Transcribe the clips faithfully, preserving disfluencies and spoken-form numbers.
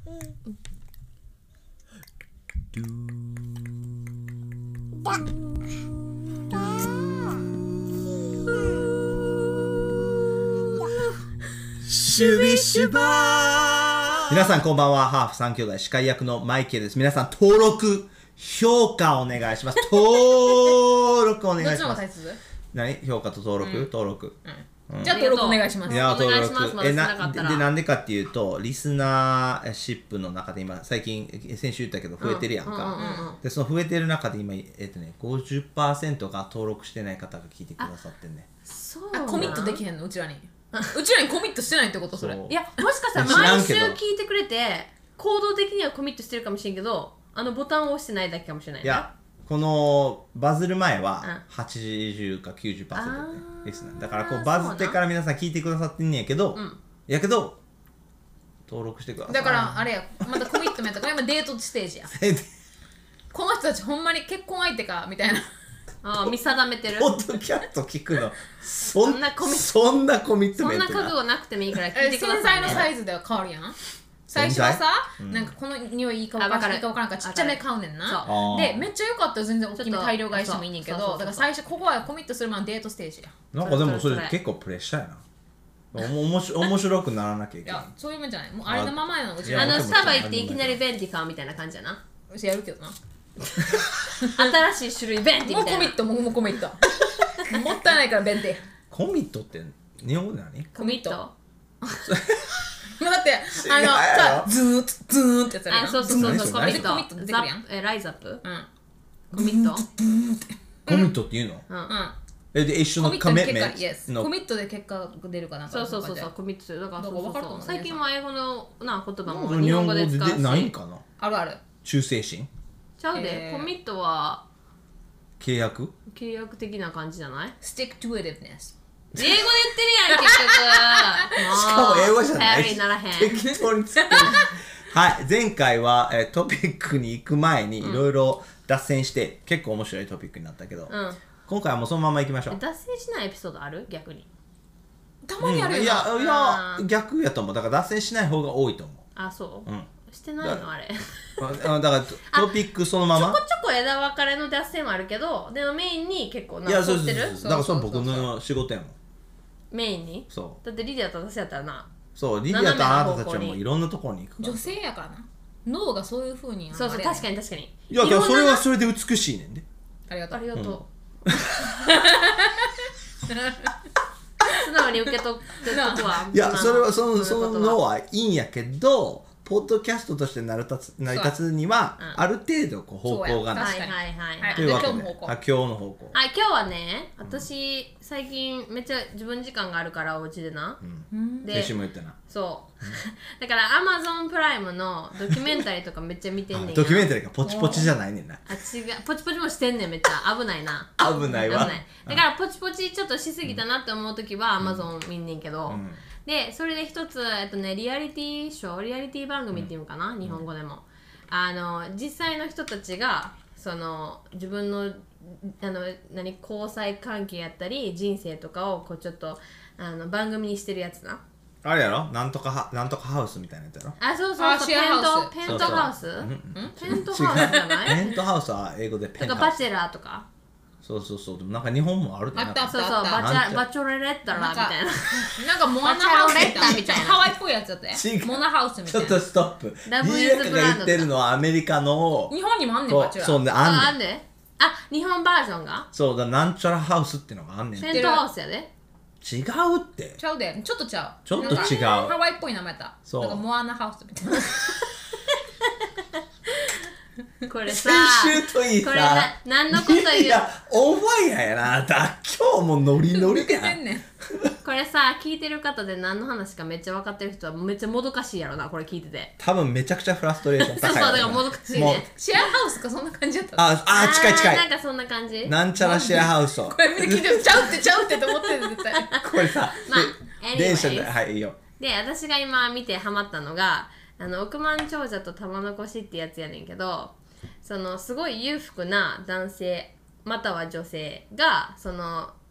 シュビシュバー。皆さんこんばんは。ハーフ三兄弟司会役のマイケルです。皆さん登録評価お願いします。登録お願いします。どっちの方が大切？何？評価と登録、うん、登録、 うんうん、じゃあ登録お願いします。 いや登録。 まえなでなんでかっていうとリスナーシップの中で今最近先週言ったけど増えてるやんか。でその増えてる中で今えっ、ー、とね ごじゅっパーセント が登録してない方が聞いてくださってんね。 そうあコミットできへんのうちらに。うちらにコミットしてないってことそれ。 いやもしかしたら毎週聞いてくれて行動的にはコミットしてるかもしれんけどあのボタンを押してないだけかもしれない、ね。 いやこのバズる前ははちじゅうかきゅうじゅっパーセント ですね。だからこうバズってから皆さん聞いてくださってんねやけど、うん、やけど登録してください。 だからあれやまたコミットメントが今デートステージや。この人たちほんまに結婚相手かみたいな。 ああ見定めてる。 ポッドキャスト聞くのそんなコミそんなコミットメントそんな覚悟なくてもいいから聞いてください、ね。 洗剤のサイズでは変わるやん。最初はさ、うん、なんかこの匂いいいか分からんいいか分からんからちっちゃめ買うねんな。でめっちゃ良かったら全然大きめ大量買いしてもいいねんけど、だから最初ここはコミットする前のデートステージや。 なんかでもそれ結構プレッシャーやな。おもし面白くならなきゃいけない。いやそういうもんじゃない。もうあれのままやのうちあのスタバ行っていきなりベンティ買うみたいな感じやな。 うちやるけどな。 新しい種類ベンティみたいな。 もうコミットもうコミット。もったいないからベンティ。 コミットって日本語で何？ コミット。 だってあのさズーッズーンってやつやるやん。 そうそうそうそうコミット。 コミット出てくるやん。 えライザップ？うん。 コミット。 コミットって言うの？うん。えで一緒のカメメのコミットで結果が出るかなんか。 そうそうそうそうコミットする。だからそうそうそう。最近は英語のな言葉も日本語で使うし。ないんかな？ あるある。 忠誠心？ ちゃうで、コミットは契約？ 契約的な感じじゃない？ Stick to itiveness。英語で言ってるやん結局。 しかも英語じゃないし。 ならへん。 適当に作る。はい、前回は、えー、トピックに行く前にいろいろ脱線して、うん、結構面白いトピックになったけど、うん、今回はもうそのまま行きましょう。 脱線しないエピソードある？逆に。 たまにあるよな。 うん、いやいや逆やと思う。だから脱線しない方が多いと思う。 あ、そう。 うん。 してないのあれだからトピックそのままちょこちょこ枝分かれの脱線はあるけどでもメインに結構なってる。 だからそれ僕の仕事やもん。 メインにそうだってリディアと私やったらなそうリディアとあなたたちはもういろんなところに行く女性やからな脳がそういうふうにそうそう確かに確かにいやだからそれはそれで美しいねんで。 ありがとうありがとう、うん、素直に受け取ってるとこはいやそれはそのその脳はいいんやけどポッドキャストとして成り立つ成り立つにはある程度こう方向がない。 はいはいはい。 というわけで、今日の方向。 はい今日はね、私最近めっちゃ自分時間があるからお家でな。 で、先週も言ったな。 そう。だから Amazon プライムのドキュメンタリーとかめっちゃ見てんねん。 ドキュメンタリーがポチポチじゃないねんな。 あ違うポチポチもしてんねんめっちゃ危ないな。 危ないわ。 だからポチポチちょっとしすぎたなって思う時は Amazon 見んねんけど。でそれで一つ、えっとね、リアリティショーリアリティ番組っていうのかな、うん、日本語でもあの実際の人たちがその自分のあの何交際関係やったり人生とかをこうちょっとあの番組にしてるやつなあれやろなんとかはなんとかハウスみたいなやつやろあそうそうそうペントペントハウスペントハウスじゃないペントハウスは英語でペントハウスとかバチェラーとかそうそうそうでもなんか日本もあるってあったあったそうそうバチャバチョレレッタラみたいななんかモアナハウスみたいなハワイっぽいやつだってモナハウスみたいなちょっとストップラブリエカが言ってるのはアメリカの日本にもあんねんバチェラーそうねあんねんあ日本バージョンがそうだなんちゃらハウスっていうのがあんねんペントハウスやで違うってちゃうでちょっとちゃうちょっと違うハワイっぽい名前やったそうなんかモアナハウスみたいなこれさ先週といいさこれな何のこと言ういやオンファイヤーやなだ今日もノリノリやんこれさ聞いてる方で何の話かめっちゃ分かってる人はめっちゃもどかしいやろなこれ聞いてて多分めちゃくちゃフラストレーション高いそうそうだからもどかしいねシェアハウスかそんな感じやったああ近い近いなんかそんな感じなんちゃらシェアハウスをこれみんな聞いてるちゃうってちゃうってと思ってる絶対これさまあ電車ではいいいよで私が今見てハマったのがあの億万長者と玉の輿ってやつやねんけどそのすごい裕福な男性または女性がその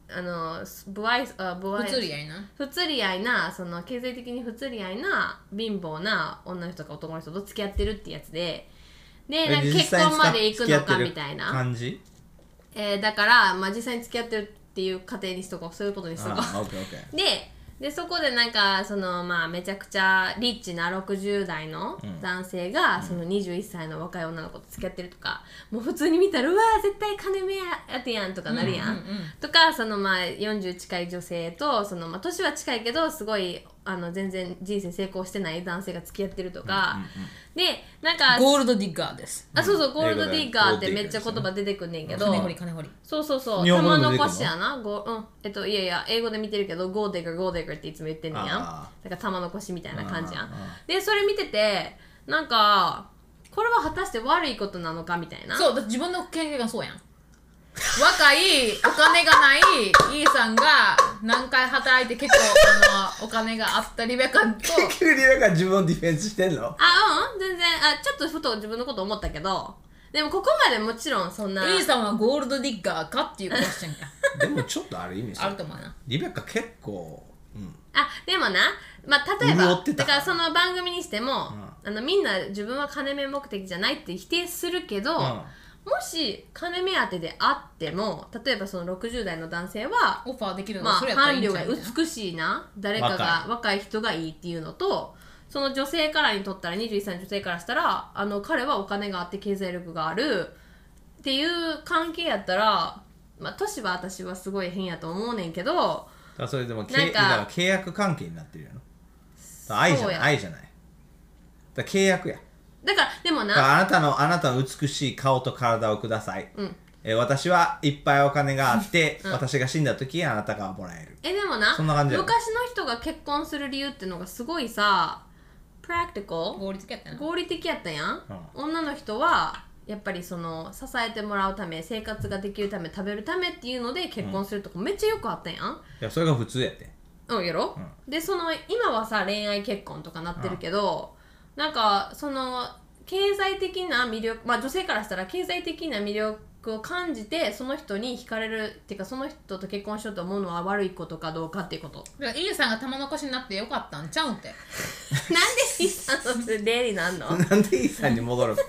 あの不愛あ不愛不釣り合いな不釣り合いなその経済的に不釣り合いな貧乏な女の人とか男の人と付き合ってるってやつででなんか結婚まで行くのかみたいな感じ、 えー、だから、まあ、実際に付き合ってるっていう過程にしとこうそういうことにしとこうででそこでなんかその、まあ、めちゃくちゃリッチなろくじゅう代の男性が、うん、そのにじゅういっさいの若い女の子と付き合ってるとかもう普通に見たらうわー絶対金目当てやんとかなるやん、うんうんうん、とかそのまあよんじゅう近い女性とその、まあ、年は近いけどすごいあの全然人生成功してない男性が付き合ってるとか、うんうんうん、でなんかゴールドディッガーですあそうそうゴールドディッガーってめっちゃ言葉出てくんねんけど金掘り金掘りそうそうそう玉残しやなご、うんえっと、いやいや英語で見てるけどゴーディガーゴーディガーっていつも言ってんねんやんだから玉残しみたいな感じやんでそれ見ててなんかこれは果たして悪いことなのかみたいなそうだ自分の経験がそうやん若いお金がないイーさんが何回働いて結構あのお金があったリベカと結局リベカ自分をディフェンスしてんのあうん全然あちょっとふと自分のこと思ったけどでもここまでもちろんそんなイーさんはゴールドディッガーかっていうクエスチョンやでもちょっとある意味あると思うなリベカ結構、うん、 あでもな、まあ、例えばだからその番組にしても、うん、あのみんな自分は金目目的じゃないって否定するけど、うんもし金目当てであっても例えばそのろくじゅう代の男性はオファーできるのまあ伴侶が美しいな誰かが若い人がいいっていうのとその女性からにとったらにじゅういっさいの女性からしたらあの彼はお金があって経済力があるっていう関係やったらまあ年は私はすごい変やと思うねんけどだそれでもなんかだから契約関係になってるよ愛じゃない愛じゃないだ契約やだからでもなあなたのあなたの美しい顔と体をください、うんえー、私はいっぱいお金があって、うん、私が死んだ時あなたがもらえるえでもなそんな感じ昔の人が結婚する理由っていうのがすごいさプラクティカル合理的やったな合理的やったやん、うん、女の人はやっぱりその支えてもらうため生活ができるため食べるためっていうので結婚するとこめっちゃよくあったやん、うん、いやそれが普通やってうんやろ、うん、でその今はさ恋愛結婚とかなってるけど、うん、なんかその経済的な魅力まあ女性からしたら経済的な魅力を感じてその人に惹かれるっていうかその人と結婚しようと思うのは悪いことかどうかっていうことだからイーさんが玉残しになってよかったんちゃうんってなんでイーさんの例になんのなんでイーさんに戻る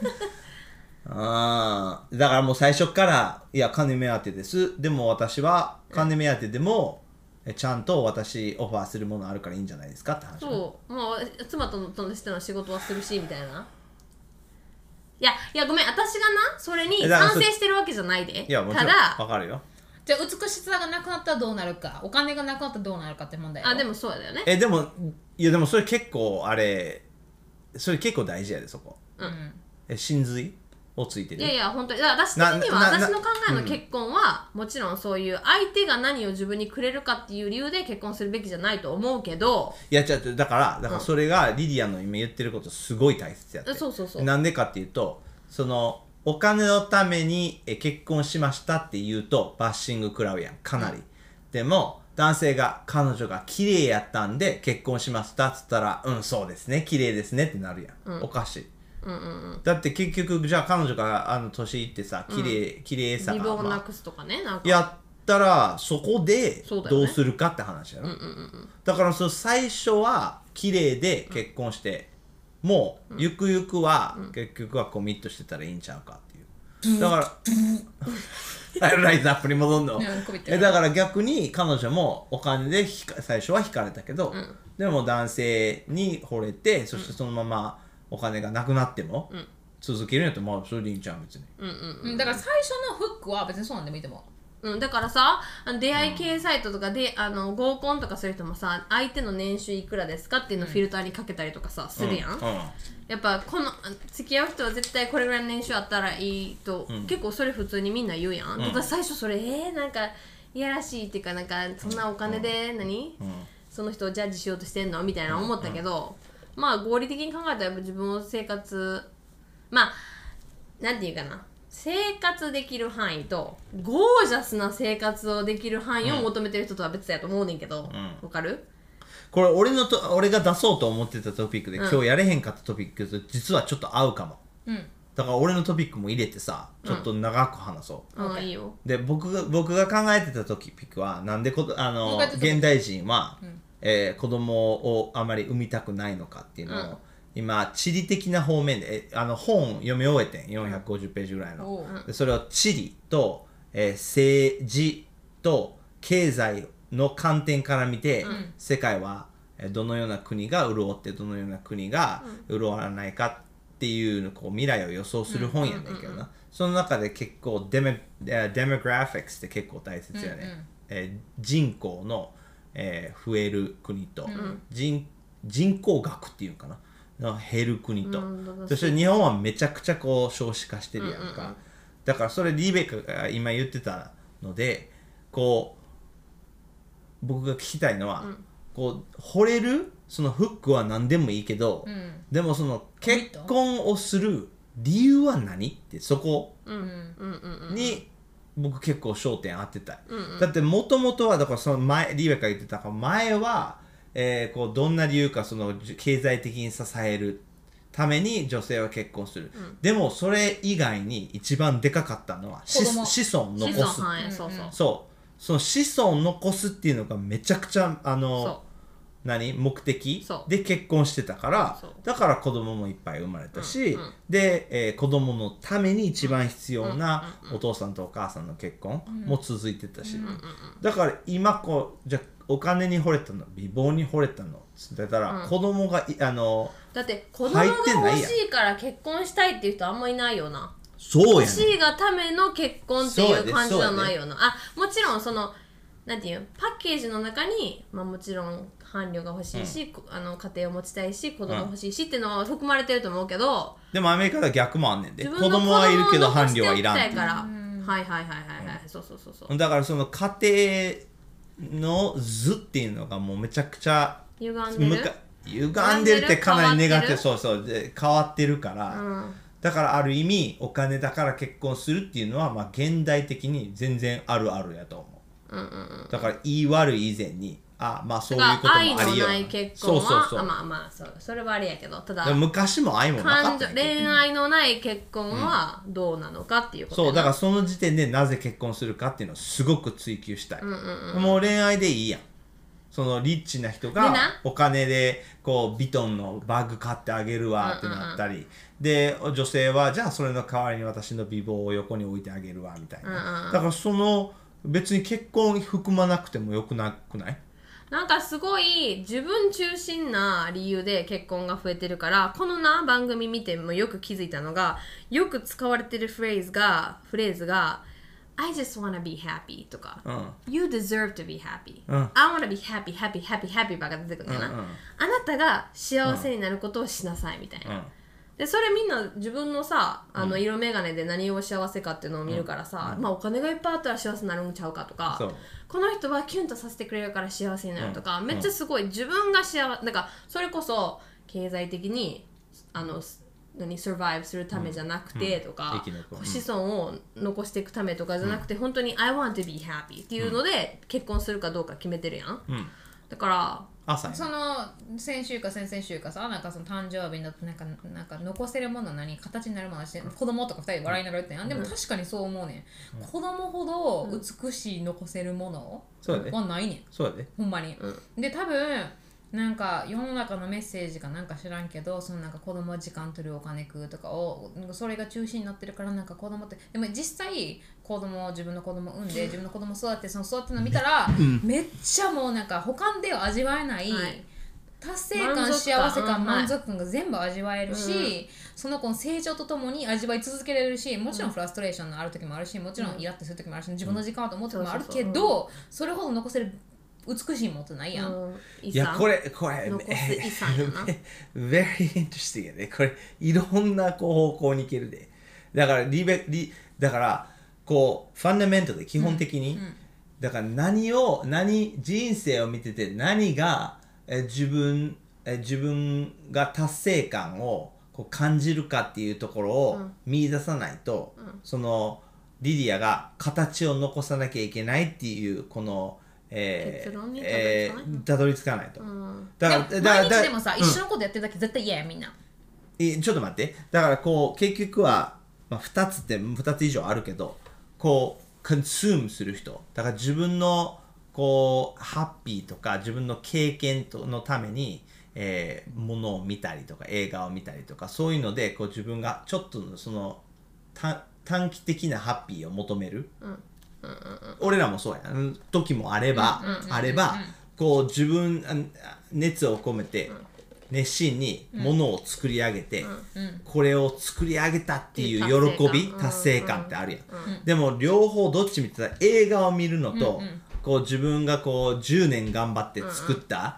あだからもう最初からいや金目当てですでも私は金目当てでも、うん、ちゃんと私オファーするものあるからいいんじゃないですかって話そうもう妻とのしての仕事はするしみたいないやいやごめん私がなそれに賛成してるわけじゃないでいやもちろんただわかるよじゃあ美しさがなくなったらどうなるかお金がなくなったらどうなるかって問題あでもそうだよねえでもいやでもそれ結構あれそれ結構大事やでそこ、うん、え真髄をついてるいやいや本当に私的には私の考えの結婚は、うん、もちろんそういう相手が何を自分にくれるかっていう理由で結婚するべきじゃないと思うけどいやちょっとだからだからそれがリディアの今言ってることすごい大切やって、 うん、そうそうそうなんでかっていうとそのお金のためにえ結婚しましたって言うとバッシング食らうやんかなり、うん、でも男性が彼女が綺麗やったんで結婚しましたっつったらうんそうですね綺麗ですねってなるやん、うん、おかしいうんうんうん、だって結局じゃあ彼女があの年いってさ綺麗、うん、綺麗さが美貌をなくすとかねなんかやったらそこでどうするかって話やろ、ねうんうんうん、だからその最初は綺麗で結婚して、うん、もうゆくゆくは、うん、結局はコミットしてたらいいんちゃうかっていう、うん、だからライズアップに戻んのえだから逆に彼女もお金で最初は惹かれたけど、うん、でも男性に惚れてそしてそのままお金がなくなっても、うん、続けるんやったらまあそれでいいんちゃう別に、 うんうんうん、だから最初のフックは別にそうなんでもいいと思う、うん、だからさ出会い系サイトとかで、うん、あの合コンとかする人もさ相手の年収いくらですかっていうのをフィルターにかけたりとかさ、うん、するやん、うんうん、やっぱこの付き合う人は絶対これぐらいの年収あったらいいと、うん、結構それ普通にみんな言うやん、うん、だから最初それえー、なんかいやらしいっていうかなんかそんなお金で何、うん、その人をジャッジしようとしてんのみたいな思ったけど、うんうんまあ合理的に考えたらやっぱ自分の生活まあなんていうかな生活できる範囲とゴージャスな生活をできる範囲を求めてる人とは別だと思うねんけど、わ、うん、かる？ これ俺のと俺が出そうと思ってたトピックで、うん、今日やれへんかったトピックと実はちょっと合うかも、うん、 だから俺のトピックも入れてさちょっと長く話そう、 うん、いいよ。 で僕が僕が考えてたトピックはなんでこあの現代人は、うんえー、子供をあまり産みたくないのかっていうのを、うん、今地理的な方面であの本読み終えてんよんひゃくごじゅうページぐらいの、うん、でそれを地理と、えー、政治と経済の観点から見て、うん、世界はどのような国が潤ってどのような国が潤わないかっていうこう未来を予想する本やねんけどな、その中で結構デメデモグラフィックスって結構大切やね、うんうんえー、人口の、えー、増える国と、うん、人, 人口学っていうかな減る国と、うん、そして日本はめちゃくちゃこう少子化してるやんか、うんうんうん、だからそれリベカが今言ってたのでこう僕が聞きたいのは、うんこう惚れるそのフックは何でもいいけど、うん、でもその結婚をする理由は何ってそこに僕結構焦点当てたい、うんうん、だってもともとはだからその前リベカ言ってたから前は、えー、こうどんな理由かその経済的に支えるために女性は結婚する、うん、でもそれ以外に一番でかかったのは子孫残す、はい、そうそうそうその子孫残すっていうのがめちゃくちゃあの何目的で結婚してたからだから子供もいっぱい生まれたし、うんうん、で、えー、子供のために一番必要なお父さんとお母さんの結婚も続いてたし、うんうんうん、だから今こうじゃお金に惚れたの美貌に惚れたのって言ったら、うん、子供があのだって子供が欲しいから結婚したいっていう人あんまりいないよな。 そうやね、 欲しいがための結婚っていう感じじゃないよな。あ、もちろんそのなんていうパッケージの中に、まあ、もちろん伴侶が欲しいし、うん、あの家庭を持ちたいし子供欲しいし、うん、っていうのは含まれてると思うけどでもアメリカでは逆もあんねんで子供はいるけど伴侶はいらんっていうからはいはいはいはいはい、うん、そうそうそうそうだからその家庭の図っていうのがもうめちゃくちゃ歪んでる歪んでるってかなりネガティブそうそうで変わってるから、うんだからある意味お金だから結婚するっていうのはまあ現代的に全然あるあるやと思う、うんうんうん、だから言い悪い以前にあまあそういうこともありよ愛のない結婚はそうそうそうあまあまあそうそれはあれやけどただ昔も愛もなかった恋愛のない結婚はどうなのかっていうことそうだからその時点でなぜ結婚するかっていうのをすごく追求したい、うんうんうん、もう恋愛でいいやんそのリッチな人がお金でこうビトンのバッグ買ってあげるわってなったり、うんうんうん、で女性はじゃあそれの代わりに私の美貌を横に置いてあげるわみたいな、うんうん、だからその別に結婚含まなくてもよくなくない？ なんかすごい自分中心な理由で結婚が増えてるからこのな番組見てもよく気づいたのがよく使われてるフレーズがフレーズがI just wanna be happy とか、うん、You deserve to be happy、うん、I wanna be happy, happy, happy, happy ばっか出てくるんだな、うんうん、あなたが幸せになることをしなさいみたいな、うん、でそれみんな自分のさあの色眼鏡で何を幸せかっていうのを見るからさ、うん、まあお金がいっぱいあったら幸せになるんちゃうかとかこの人はキュンとさせてくれるから幸せになるとか、うん、めっちゃすごい自分が幸せなんかそれこそ経済的にあの何サバイブするためじゃなくてとか、うん、子孫を残していくためとかじゃなくて、うん、本当に I want to be happy っていうので、うん、結婚するかどうか決めてるやん、うん、だから朝その先週か先々週かさなんかその誕生日のなんかなんか残せるもの何形になるものして子供とかふたりで笑いながら言ってんやん、うん、でも確かにそう思うねん、うん、子供ほど美しい残せるものはないねん、 そうだねほんまに、うん、で多分なんか世の中のメッセージかなんか知らんけどそのなんか子供は時間取るお金食うとかをそれが中心になってるからなんか子供ってでも実際子供自分の子供産んで自分の子供育ってその育ってるの見たら、うん、めっちゃもうなんか他では味わえない、はい、達成感幸せ感満足感が全部味わえるし、うん、その子の成長とともに味わい続けられるしもちろんフラストレーションのある時もあるしもちろんイラッとする時もあるし自分の時間はと思う時もあるけどそれほど残せる美しいもんってないやん、うん、 いやこれこれ残す遺産やな very interesting やねこれいろんなこう方向に行けるでだからリベリだからこうファンダメントで基本的に、うんうん、だから何を何人生を見てて何がえ自分え自分が達成感をこう感じるかっていうところを見出さないと、うん、そのリディアが形を残さなきゃいけないっていうこのえー、結論にたどり着かないと、うん、 だから毎日でもさ、うん、一緒のことやってるだけ絶対嫌やみんなえちょっと待って。だからこう結局は、まあ、ふたつってふたつ以上あるけど、こうコンスュームする人、だから自分のこうハッピーとか自分の経験とのために、えー、ものを見たりとか映画を見たりとか、そういうのでこう自分がちょっとその短期的なハッピーを求める、うんうんうんうん、俺らもそうや時もあれば、うんうんうん、あればこう自分熱を込めて、うん、熱心にものを作り上げて、うん、これを作り上げたっていう喜び、達成感ってあるやん、うんうん、でも両方どっち見てたら映画を見るのと、うんうん、こう自分がこうじゅうねん頑張って作った、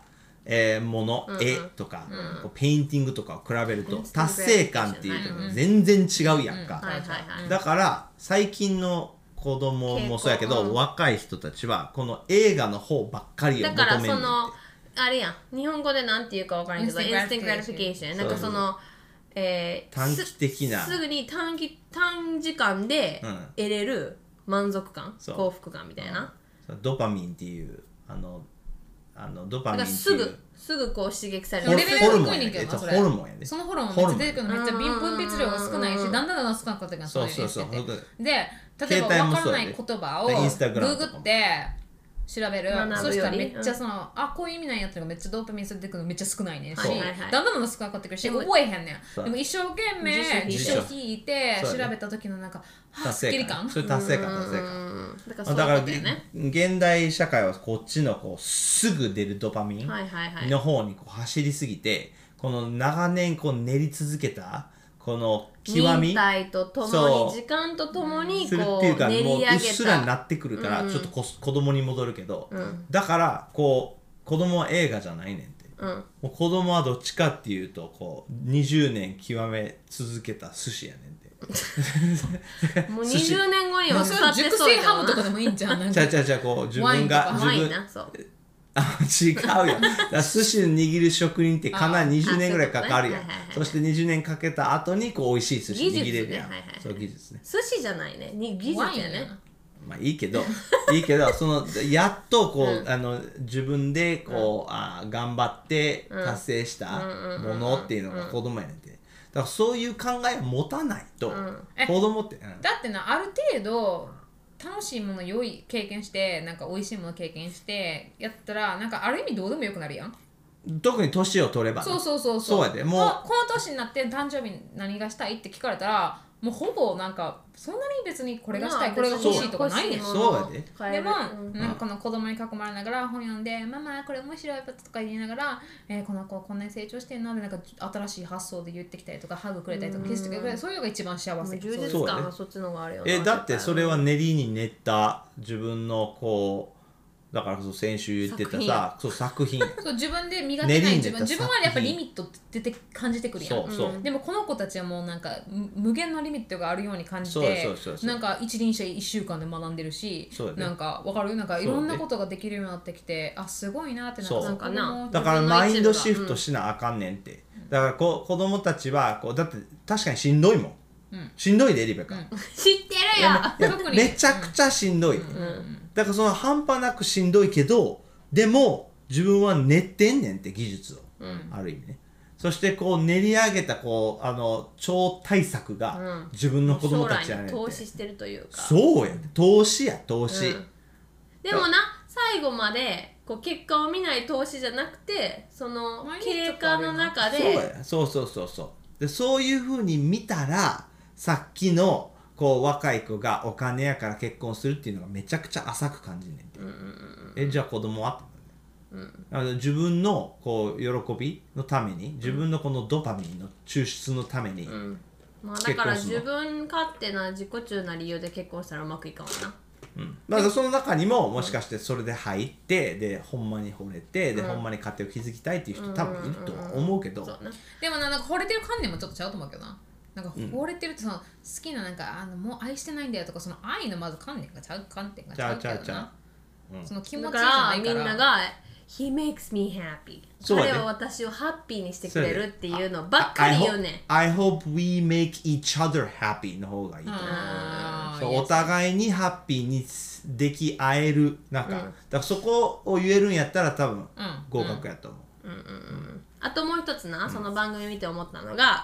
うんうんえー、もの、うんうん、絵とか、うん、こうペインティングとかを比べると、うん、達成感っていうのが全然違うやんか、だから最近の子供もそうやけど、うん、若い人たちはこの映画の方ばっかりを求める。だからそのあれやん、日本語でなんて言うか分からんけど、インスタントグラティフィケーション、なんかその、えー、 短期的なす, すぐに短期短時間で得れる満足感、うん、幸福感みたいな、 うん、ドパミンっていうあのあのドパミンっていうすぐすぐこう刺激されるレベルが低いねんけどな、それホルモンやで、 そのホルモンめっちゃ出てくるの、めっちゃ分泌量が少ないし、だんだんだんだん少なくなってくるの、 そうそうそう、 で例えば分からない言葉をググって調べる、そしたらめっちゃその、うん、あこういう意味なんやってのがめっちゃドーパミン出てくるのめっちゃ少ないねんし、はいはいはい、だんだんだんだん少なくなってくるし覚えへんねん。でも一生懸命辞書引いて調べた時のなんか達成感、それ達成感、達成感。 だからそういうことよね。 現代社会はこっちのこうすぐ出るドパミンの方にこう走りすぎて、この長年こう練り続けたこの極み忍耐とともに時間とともにこう練り上げた、もううっすらになってくるから、うん、ちょっとこ子供に戻るけど、うん、だからこう子供は映画じゃないねんて、うん、もう子供はどっちかっていうとこうにじゅうねん極め続けた寿司やねんてもうにじゅうねんごにはそれ熟成ハムとかでもいいんじゃん。 じゃあじゃあじゃあこう自分が自分あ違うよだ寿司握る職人ってかなりにじゅうねんぐらいかかるやん。 そ, ね、そしてにじゅうねんかけた後にこう美味しい寿司握れるやん、ねはいはいはい、そう技術ね。 寿司じゃないね、に技術やね。 まあいいけどいいけどそのやっとこう、うん、あの自分でこう、うん、あ頑張って達成したものっていうのが子供やねんて。だからそういう考えを持たないと、うん、子供って、うん、 だってなある程度楽しいもの良い経験してなんか美味しいもの経験してやったらなんかある意味どうでもよくなるやん。 特に年を取ればそうそうそうそう。そうやでもうこの年になって誕生日何がしたいって聞かれたらもうほぼなんかそんなに別にこれがしたいこれが欲しいとかないねん。 そうやで。 でも、うん、なんかこの子供に囲まれながら本読んでママこれ面白いこととか言いながら、えー、この子こんなに成長してんのでなんか新しい発想で言ってきたりとかハグくれたりとかキスしてくれたり、そういうのが一番幸せ。 充実感はそっちの方があるよね。 えだってそれは練りに練った自分のこうだからそう先週言ってたさそう作品そう自分で磨けない自分自分はやっぱりリミット出て感じてくるやん。 そうそう、うん、 でもこの子たちはもうなんか無限のリミットがあるように感じてそうそうそうそうなんか一輪車いっしゅうかんで学んでるし、ね、なんかわかるなんかいろんなことができるようになってきてあすごいなってなんかなだからマインドシフトしなあかんねんって、うん、だからこ子供たちはこうだって確かにしんどいもん、うん、しんどいでリベカ、うん、 知ってるよめちゃくちゃしんどい、うんうん、だからその半端なくしんどいけどでも自分は練ってんねんって技術を、うん、ある意味ね。そしてこう練り上げたこうあの超大作が自分の子供たちやねんって、 うん、将来に投資してるというかそうや投資や投資、うん、 でもな最後までこう結果を見ない投資じゃなくてその経過の中でそうやそうそうそうそうでそういう風に見たらさっきのこう若い子がお金やから結婚するっていうのがめちゃくちゃ浅く感じねんて、うんうんうん、えじゃあ子供は、うん、あの自分のこう喜びのために自分のこのドパミンの抽出のために、うんまあ、だから自分勝手な自己中な理由で結婚したらうまくいかんわな、 うんまあ、その中にももしかしてそれで入ってでほんまに惚れてで、うん、ほんまに家庭を築きたいっていう人多分いるとは思うけど、うんうんうんうん、 でも な, なんか惚れてる観念もちょっとちゃうと思うけどななんか惚れてるってその好きななんかあのもう愛してないんだよとかその愛のまず観念がちゃう観点がちゃうけどなちゃうちゃうちゃう、うん、その気持ちじゃないからみんなが He makes me happy 彼は私をハッピーにしてくれるっていうのばっかり言うね I hope we make each other happy の方がいいと思う、そうお互いにハッピーにでき合えるなんか、うん、だからそこを言えるんやったら多分合格やと思う、うんうんうんうん、 あともう一つなその番組見て思ったのが、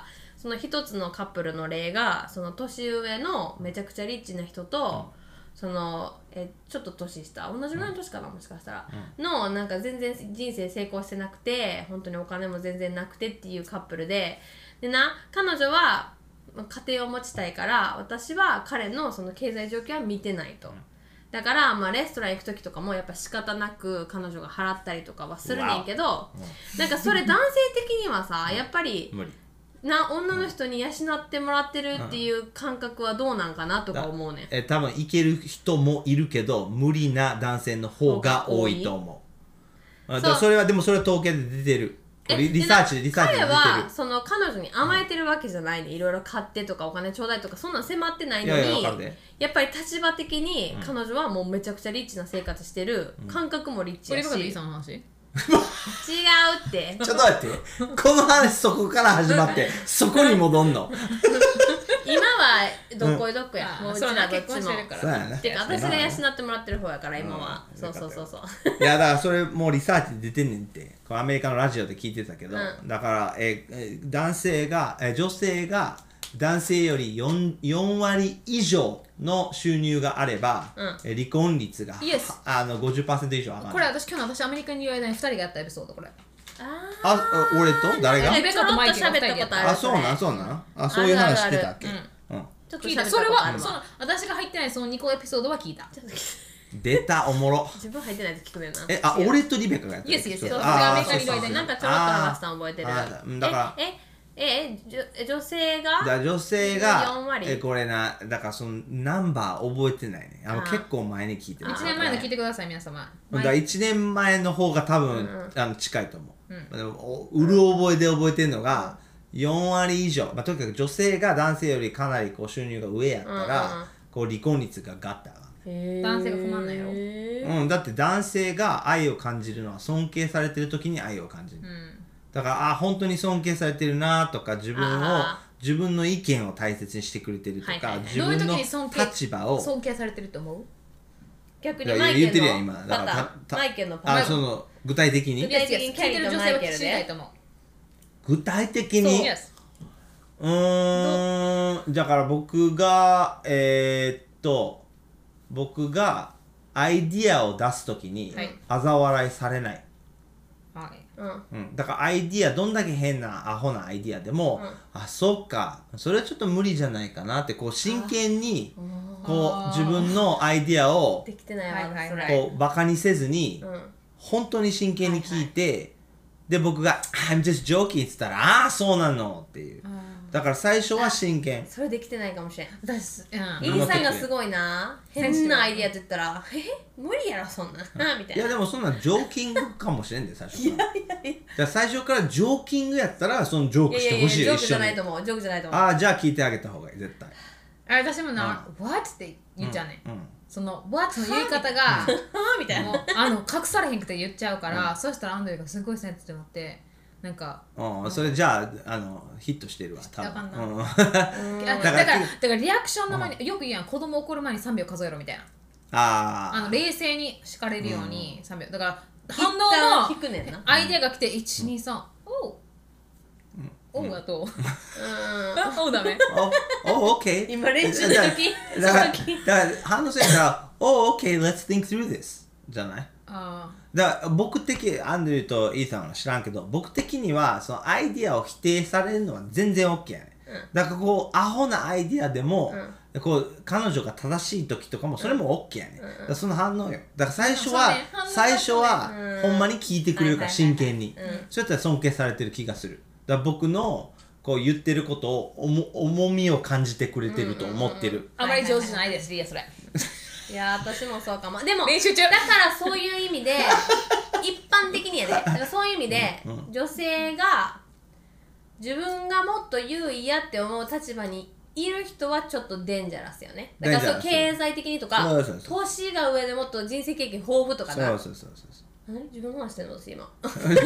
その一つのカップルの例がその年上のめちゃくちゃリッチな人と、うん、そのえちょっと年下同じぐらいの年かな、うん、もしかしたら、うん、のなんか全然人生成功してなくて本当にお金も全然なくてっていうカップルででな彼女は家庭を持ちたいから私は彼のその経済状況は見てないと、うん、だからまあレストラン行く時とかもやっぱ仕方なく彼女が払ったりとかはするねんけど、うん、なんかそれ男性的にはさやっぱりな女の人に養ってもらってるっていう感覚はどうなんかなとか思うねん。 え多分いける人もいるけど無理な男性の方が多いと思う。だからそれはでもそれは統計で出てる。リ, リサーチでリサーチで出てる。 彼はその彼女に甘えてるわけじゃないね、うん、いろいろ買ってとかお金ちょうだいとかそんなん迫ってないのに、いやいややっぱり立場的に彼女はもうめちゃくちゃリッチな生活してる、うん、感覚もリッチやし、 これが B さんの話違うってちょっと待ってこの話そこから始まってそこに戻んの今はどこへどこや、うん、もううちらどっちも結婚してるからてか私が養ってもらってる方やから今は、うん、そうそうそうそういやだからそれもうリサーチで出てんねんって、これアメリカのラジオで聞いてたけど、うん、だからえ男性がえ女性が男性より 4, よん割以上の収入があれば、うん、離婚率が、 yes. あの ごじゅっパーセント 以上上がる。 これ私今日の私アメリカにいる間にふたりがやったエピソードこれ。 ああ俺と誰が？ レベカとマイケルがふたりでやった。 あそうなんそうなんあそういう話してたっけ？ あるある、うん、ちょっと聞いた。それはその私が入ってないそのにこエピソードは聞いた。 出たおもろ。 自分入ってないと聞くよな。 えあ俺とリベカがやった。 イエスイエス。そうアメリカにいる間になんかちょろっと話したの覚えてる。 だからええええ女性がだ女性がよん割えこれなだからそのナンバー覚えてないね。あの結構前に聞いてる。 いちねんまえの聞いてください皆様。 だからいちねんまえの方が多分、うん、あの近いと思う。うん、でもうる覚えで覚えてるのがよん割以上、まあ、とにかく女性が男性よりかなりこう収入が上やったら、うんうん、こう離婚率がガッて上がる。 男性が不満なんやろ、 うん、だって男性が愛を感じるのは尊敬されてる時に愛を感じる、うん、だからあ本当に尊敬されてるなとか自分を自分の意見を大切にしてくれてるとか、はいはいはい、自分の立場を尊敬されてると思う。 逆にマイケルの今だからマイケルのパターンあその具体的に具体的にキャリーとマイケルで具体的にうーんだから僕がえー、っと僕がアイディアを出すときに嘲笑いされない、 はい、 うんうん、だからアイディアどんだけ変なアホなアイディアでも、うん、あそっかそれはちょっと無理じゃないかなってこう真剣にこう自分のアイディアをできてないわ、 はいはい、 こうバカにせずに、うん、本当に真剣に聞いて、はいはい、で僕が「I'm just joking」って言ったら「ああそうなの」っていうだから最初は真剣。 それできてないかもしれん。 私、うん、 イーさんがすごいな変なアイディアって言ったら「え無理やろそんな」みたいな。 いやでもそんなジョーキングかもしれんで最初から。いやいやいやだから最初からジョーキングやったらそのジョークしてほしいよ。 いやいやいやジョークじゃないと思うジョークじゃないと思う。 ああじゃあ聞いてあげた方がいい絶対。 あ私もな「What?」って言っちゃうね、うんうん、その「What?」の言い方がみたいなあの隠されへんくて言っちゃうから、うん、そしたらアンドリーがすごいセンスってなってなんかうんそれじゃああのヒットしてるわ多分。 うん、だからだからリアクションの前に、うん、よく言うやん子供怒る前にさんびょう数えろみたいな。 ああの冷静に叱れるようにさんびょうだから反応のアイデアが来ていちにさんおうおうだとおうダメおお OK 今練習の時だから反応せんからお OK let's think through this じゃないあだから僕的アンドリューとイーさんは知らんけど僕的にはそのアイディアを否定されるのは全然 OK やね、うん、だからこうアホなアイディアでも、うん、こう彼女が正しい時とかもそれも OK やね、うん、だからその反応よだから最初は、ね、最初は、うん、ほんまに聞いてくれるから真剣に、うん、そうやったら尊敬されてる気がするだから僕のこう言ってることを重みを感じてくれてると思ってる、うんうんうん、 あまり上手じゃないですリアそれいや私もそうかもでも練習中だからそういう意味で一般的にやでだからそういう意味で、うんうん、女性が自分がもっと優位やって思う立場にいる人はちょっとデンジャラスよねだからそう経済的にとかそうそうそう年が上でもっと人生経験豊富とかなそうそうそうそう何自分の話してんの私今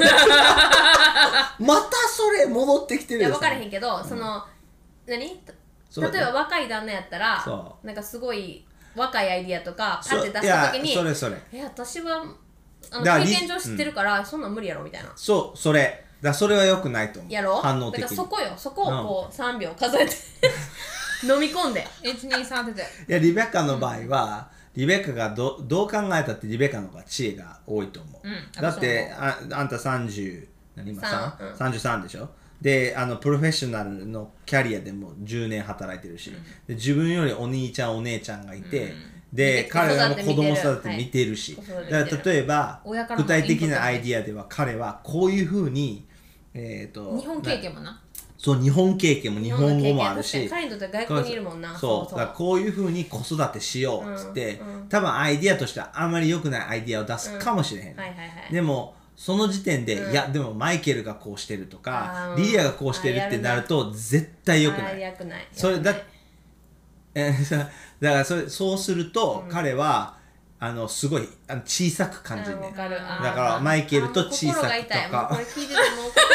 またそれ戻ってきてるいや分からへんけど、うん、その何例えば若い旦那やったらなんかすごい若いアイディアとかパッて出した時にいやそれそれいや私はあの経験上知ってるから、うん、そんなん無理やろみたいなそうそれからそれは良くないと思う。 やろ反応的に。 だからそこよ、そこをこうさんびょう数えて飲み込んでいちにさんって。 いやリベカの場合は、うん、リベカが ど, どう考えたってリベカの方が知恵が多いと思う、うん、だってああんたさんじゅう何今さん、うん、さんじゅうさんでしょ。であのプロフェッショナルのキャリアでもじゅうねん働いてるし、うん、で自分よりお兄ちゃんお姉ちゃんがいて、うん、で彼らの子供育て見てるし、はい、だから例えば具体的なアイディアでは彼はこういうふうに、えー、と日本経験もなそう日本経験も日本語もあるし、 彼にとって外国にいるもんな。 そうそうそうだからこういうふうに子育てしようっつって、うんうん、多分アイディアとしてはあんまり良くないアイディアを出すかもしれへん、うんはいはいはい、でもその時点で、うん、いやでもマイケルがこうしてるとか、リリアがこうしてるってなると絶対良くない。 良くない。 それだえだからそれそうすると、うん、彼はあのすごいあの小さく感じるね。だからマイケルと小さくとか。心が痛い。もうこれ聞いててもう心が痛くて。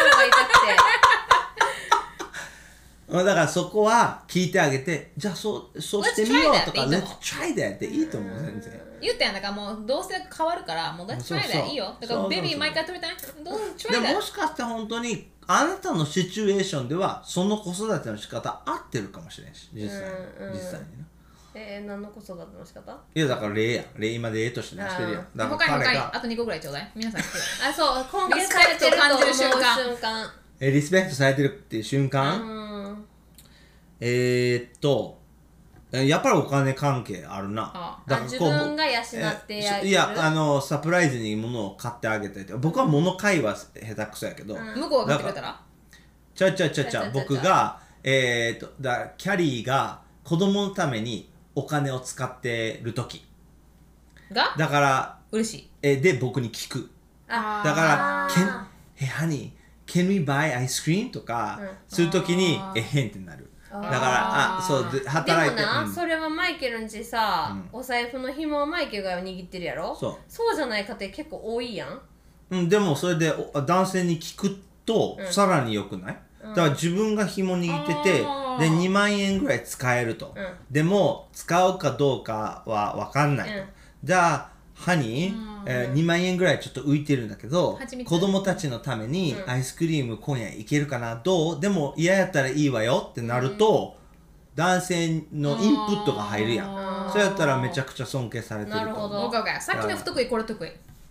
だからそこは聞いてあげて、じゃあそうそうしてみようとか Let's try that っていいと思う。全然言ったやん。だからもうどうせ変わるからもう Let's try that いいよ。だからベビー毎回取りたい。どう try that でもしかして本当にあなたのシチュエーションではその子育ての仕方合ってるかもしれんし、実際に実際にね。 えー、何の子育ての仕方？ いやだから例や例今で例として出してるやん。 だから彼があとにこぐらいちょうだい。皆さんあそうコンビニされてると思う瞬間。 えリスペクトされてるっていう瞬間。うんえー、っとやっぱりお金関係あるな。 あだから自分が養ってやる。 いやあのサプライズに物を買ってあげたりとか、僕は物買いは下手くそやけど、うん、 向こうが買ってくれたらちゃうちゃうちゃうちゃう僕がえー、っとだキャリーが子供のためにお金を使ってる時がだから嬉しいえで僕に聞く。あだから「Can, Hey honey, can we buy ice cream?」とか、うん、する時に「えへん」ってなる。だからあそうで働いてでもな、 うん、 それはマイケルんちさ、うん、お財布の紐をマイケルが握ってるやろ。そうそうじゃない家庭結構多いやん。 うんでもそれで男性に聞くと、うん、さらに良くない、うん、だから自分が紐握っててでにまんえんぐらい使えると、うん、でも使うかどうかは分かんないと、うん、じゃあハニー、うんえー、にまんえんぐらいちょっと浮いてるんだけど子供たちのためにアイスクリーム今夜いけるかな、どうでも嫌やったらいいわよってなると、うん、男性のインプットが入るやん。そうやったらめちゃくちゃ尊敬されてると思う。なるほど。 さっきの不得意これ得意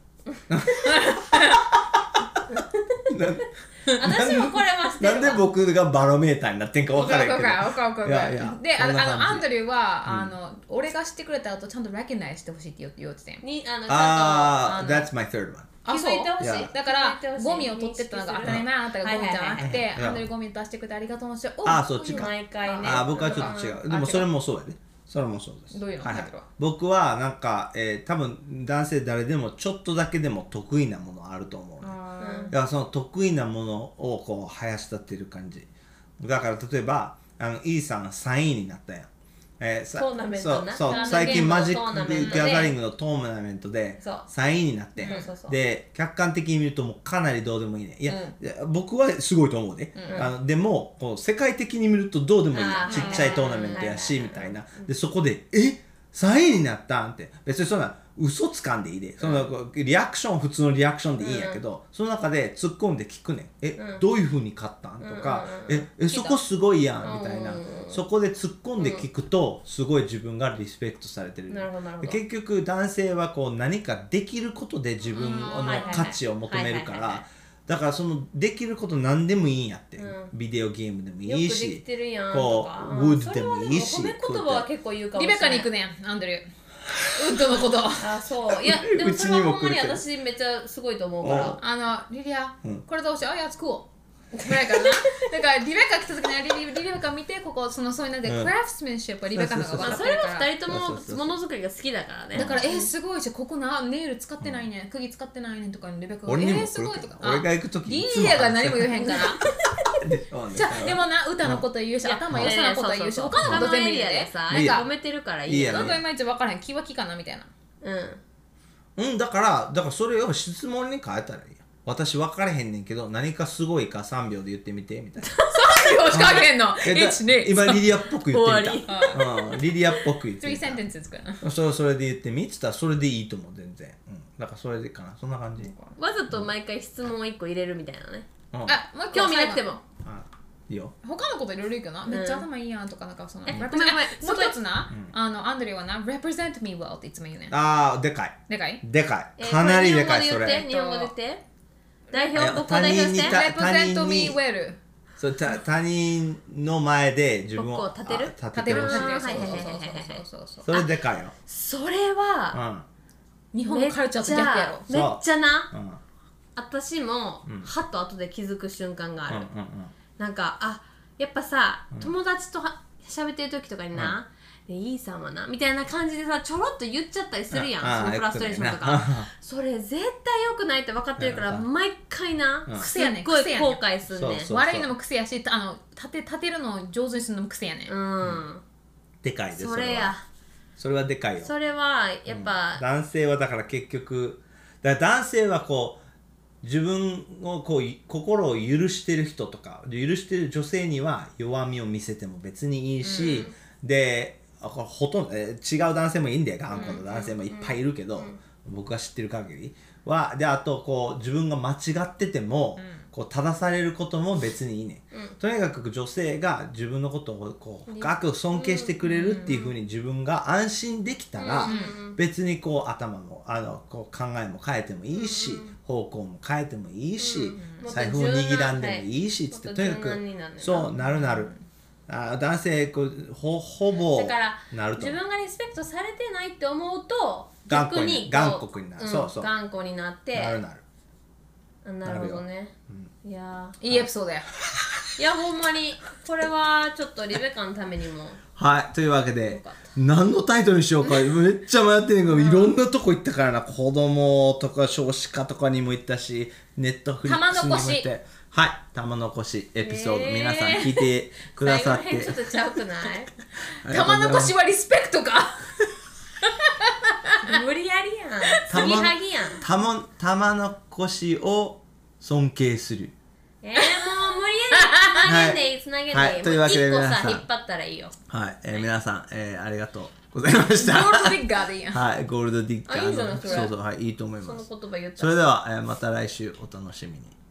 私もこれはしてるわ。 なんで僕がバロメーターになってんか分からんけど。 分かる分かる分かる分かる。で、あのアンドリューは、あの俺が知ってくれた後ちゃんと recognize してほしいって言ってたよ。 にあのちゃんと。That's my third one。 気づいてほしい。 だからゴミを取ってったのが当たり前あんたがゴミじゃなくて、アンドリューゴミ出してくれてありがとうのしよう。 あ、そっちか。 毎回ね。 あ、僕はちょっと違う。でもそれもそうやで。それもそうです。 どういうの？ はいはい、僕はなんか、えー、多分男性誰でもちょっとだけでも得意なものあると思うね。だからその得意なものをこう生やし立ってる感じ。だから例えばあの E さんさんいになったやん。えー、 トーナメントなそうそう最近マジック・ギャザリングのトーナメントでさんいになってん、うん、で客観的に見るともうかなりどうでもいいね。いや、うん、僕はすごいと思うね、うん、あのでもこう世界的に見るとどうでもいいちっちゃいトーナメントやしみたいな。でそこでえさんいになったんって別にそんな嘘つかんでいいで、そのリアクション普通のリアクションでいいんやけど、うん、その中で突っ込んで聞くねん。え、うん、どういう風に勝ったんとか、うんうんうん、ええそこすごいやんみたいな、うんうんうん、そこで突っ込んで聞くとすごい自分がリスペクトされてる。結局男性はこう何かできることで自分の価値を求めるから、だからそのできること何でもいいんやって、うん、ビデオゲームでもいいし、よくできてるやんこうウッドでもいいし、 褒め言葉は結構言うかもしれない。 リベカに行くねんアンドリューウッドのことあそういやでもそれはほんまに私めっちゃすごいと思うから、 あのリリア、うん、これどうしよう、あやつ食おうぐらいからな。だからリベカ来た時にリリリベカ見てここそのそういうなんで、うん、クラフトスマンシップはリベカの方が分かってるから、 それはふたりともものづくりが好きだからね。 だからえー、すごいじゃここなネイル使ってないね、うん、釘使ってないねとかにリベカがえー、すごいとか俺が行く時リリアが何も言えへんからじゃあでもな歌のこと言うし、うん、頭良さのこと言うし、他のこと全部言うでさ、 なんか褒めてるからいいよね。 なんかいまいち分からへん、気は気かなみたいな。 うん、 うん、だからだからそれを質問に変えたらいいや。私分からへんねんけど何かすごいかさんびょうで言ってみてみたいな。さんびょうしかへんの今リリアっぽく言ってみたうん、リリアっぽく言ってみたさんセンテンス作るな。 それそれで言ってみって言ったらそれでいいと思う全然、うん、だからそれでかな、そんな感じ。 わざと毎回質問をいっこ入れるみたいなね。 うん、 あ、もう一個興味なくても。 いいよ。 他のこといろいろ言うけどな、めっちゃ頭いいやんとかなんかその、 えレプごめんごめんもう一つな、あのアンドリューはな represent me well っていつも言うねん。 ああ、でかい。 でかいでかえーい。かなりでかい、そこれれ。 日本語で言って日本語で言って代表え僕を代表して他人にた represent me well そうた他人の前で自分を僕を立てるあ立てるほしい立てるはいはいはいはいそうそうそうそうそうそれでかいよ。 それはうん。 日本のカルチャーと逆やろ。 めっちゃめっちゃなうん。 私もはっと後で気づく瞬間がある、 うんうんうん。 なんかあやっぱさ、友達とは喋ってる時とかにな、でイーさんはなみたいな感じでさちょろっと言っちゃったりするやん、 ああそのフラストレーションとかそれ絶対良くないって分かってるからうん毎回な、 うんすっごい癖やねん後悔すんねんそうそう悪いのも癖やし、あの立て立てるのを上手にするのも癖やねん。 うん、 でかいです。 それやそれはでかいよ。 それはやっぱ、 男性はだから結局だから男性はこう自分をこう心を許してる人とか許してる女性には弱みを見せても別にいいし、うん、でこれほとんど、えー、違う男性もいいんだよ、頑固な男性もいっぱいいるけど、うんうん、僕が知ってる限りはであとこう自分が間違ってても、うん、こう正されることも別にいいね、うん、とにかく女性が自分のことをこう深く尊敬してくれるっていうふうに自分が安心できたら、うん、別にこう頭もあのこう考えも変えてもいいし、うん、方向も変えてもいいし、うん、財布を握らんでもいいしつって、はい、とにかくそうなるなる、あ男性こう ほ, ほぼだからなると自分がリスペクトされてないって思うと頑固に頑固になる、 うん、 そうそう頑固になってなるなるなるほどね、うん、いやいいエピソードやいやほんまにこれはちょっとリベカのためにもはいというわけで何のタイトルにしようかめっちゃ迷ってんねんけど、うん、いろんなとこ行ったからな、子供とか少子化とかにも行ったしネットフリックスにも行ってはい玉残しエピソード、えー、皆さん聞いてくださってちょっとちゃうくない玉残しはリスペクトか無理やりやん継ぎはぎやん玉玉残しを尊敬するえー、もう無理やりつなげんでいいつなげんでいい、はい、 というわけで皆さんいっこさ引っ張ったらいいよはい、えー、皆さん、えー、ありがとうございましたゴールドディッガーでいいやんはいゴールドディッガーあいいじゃないそれそうそうはいいいと思いますその言葉言ったそれでは、えー、また来週お楽しみに。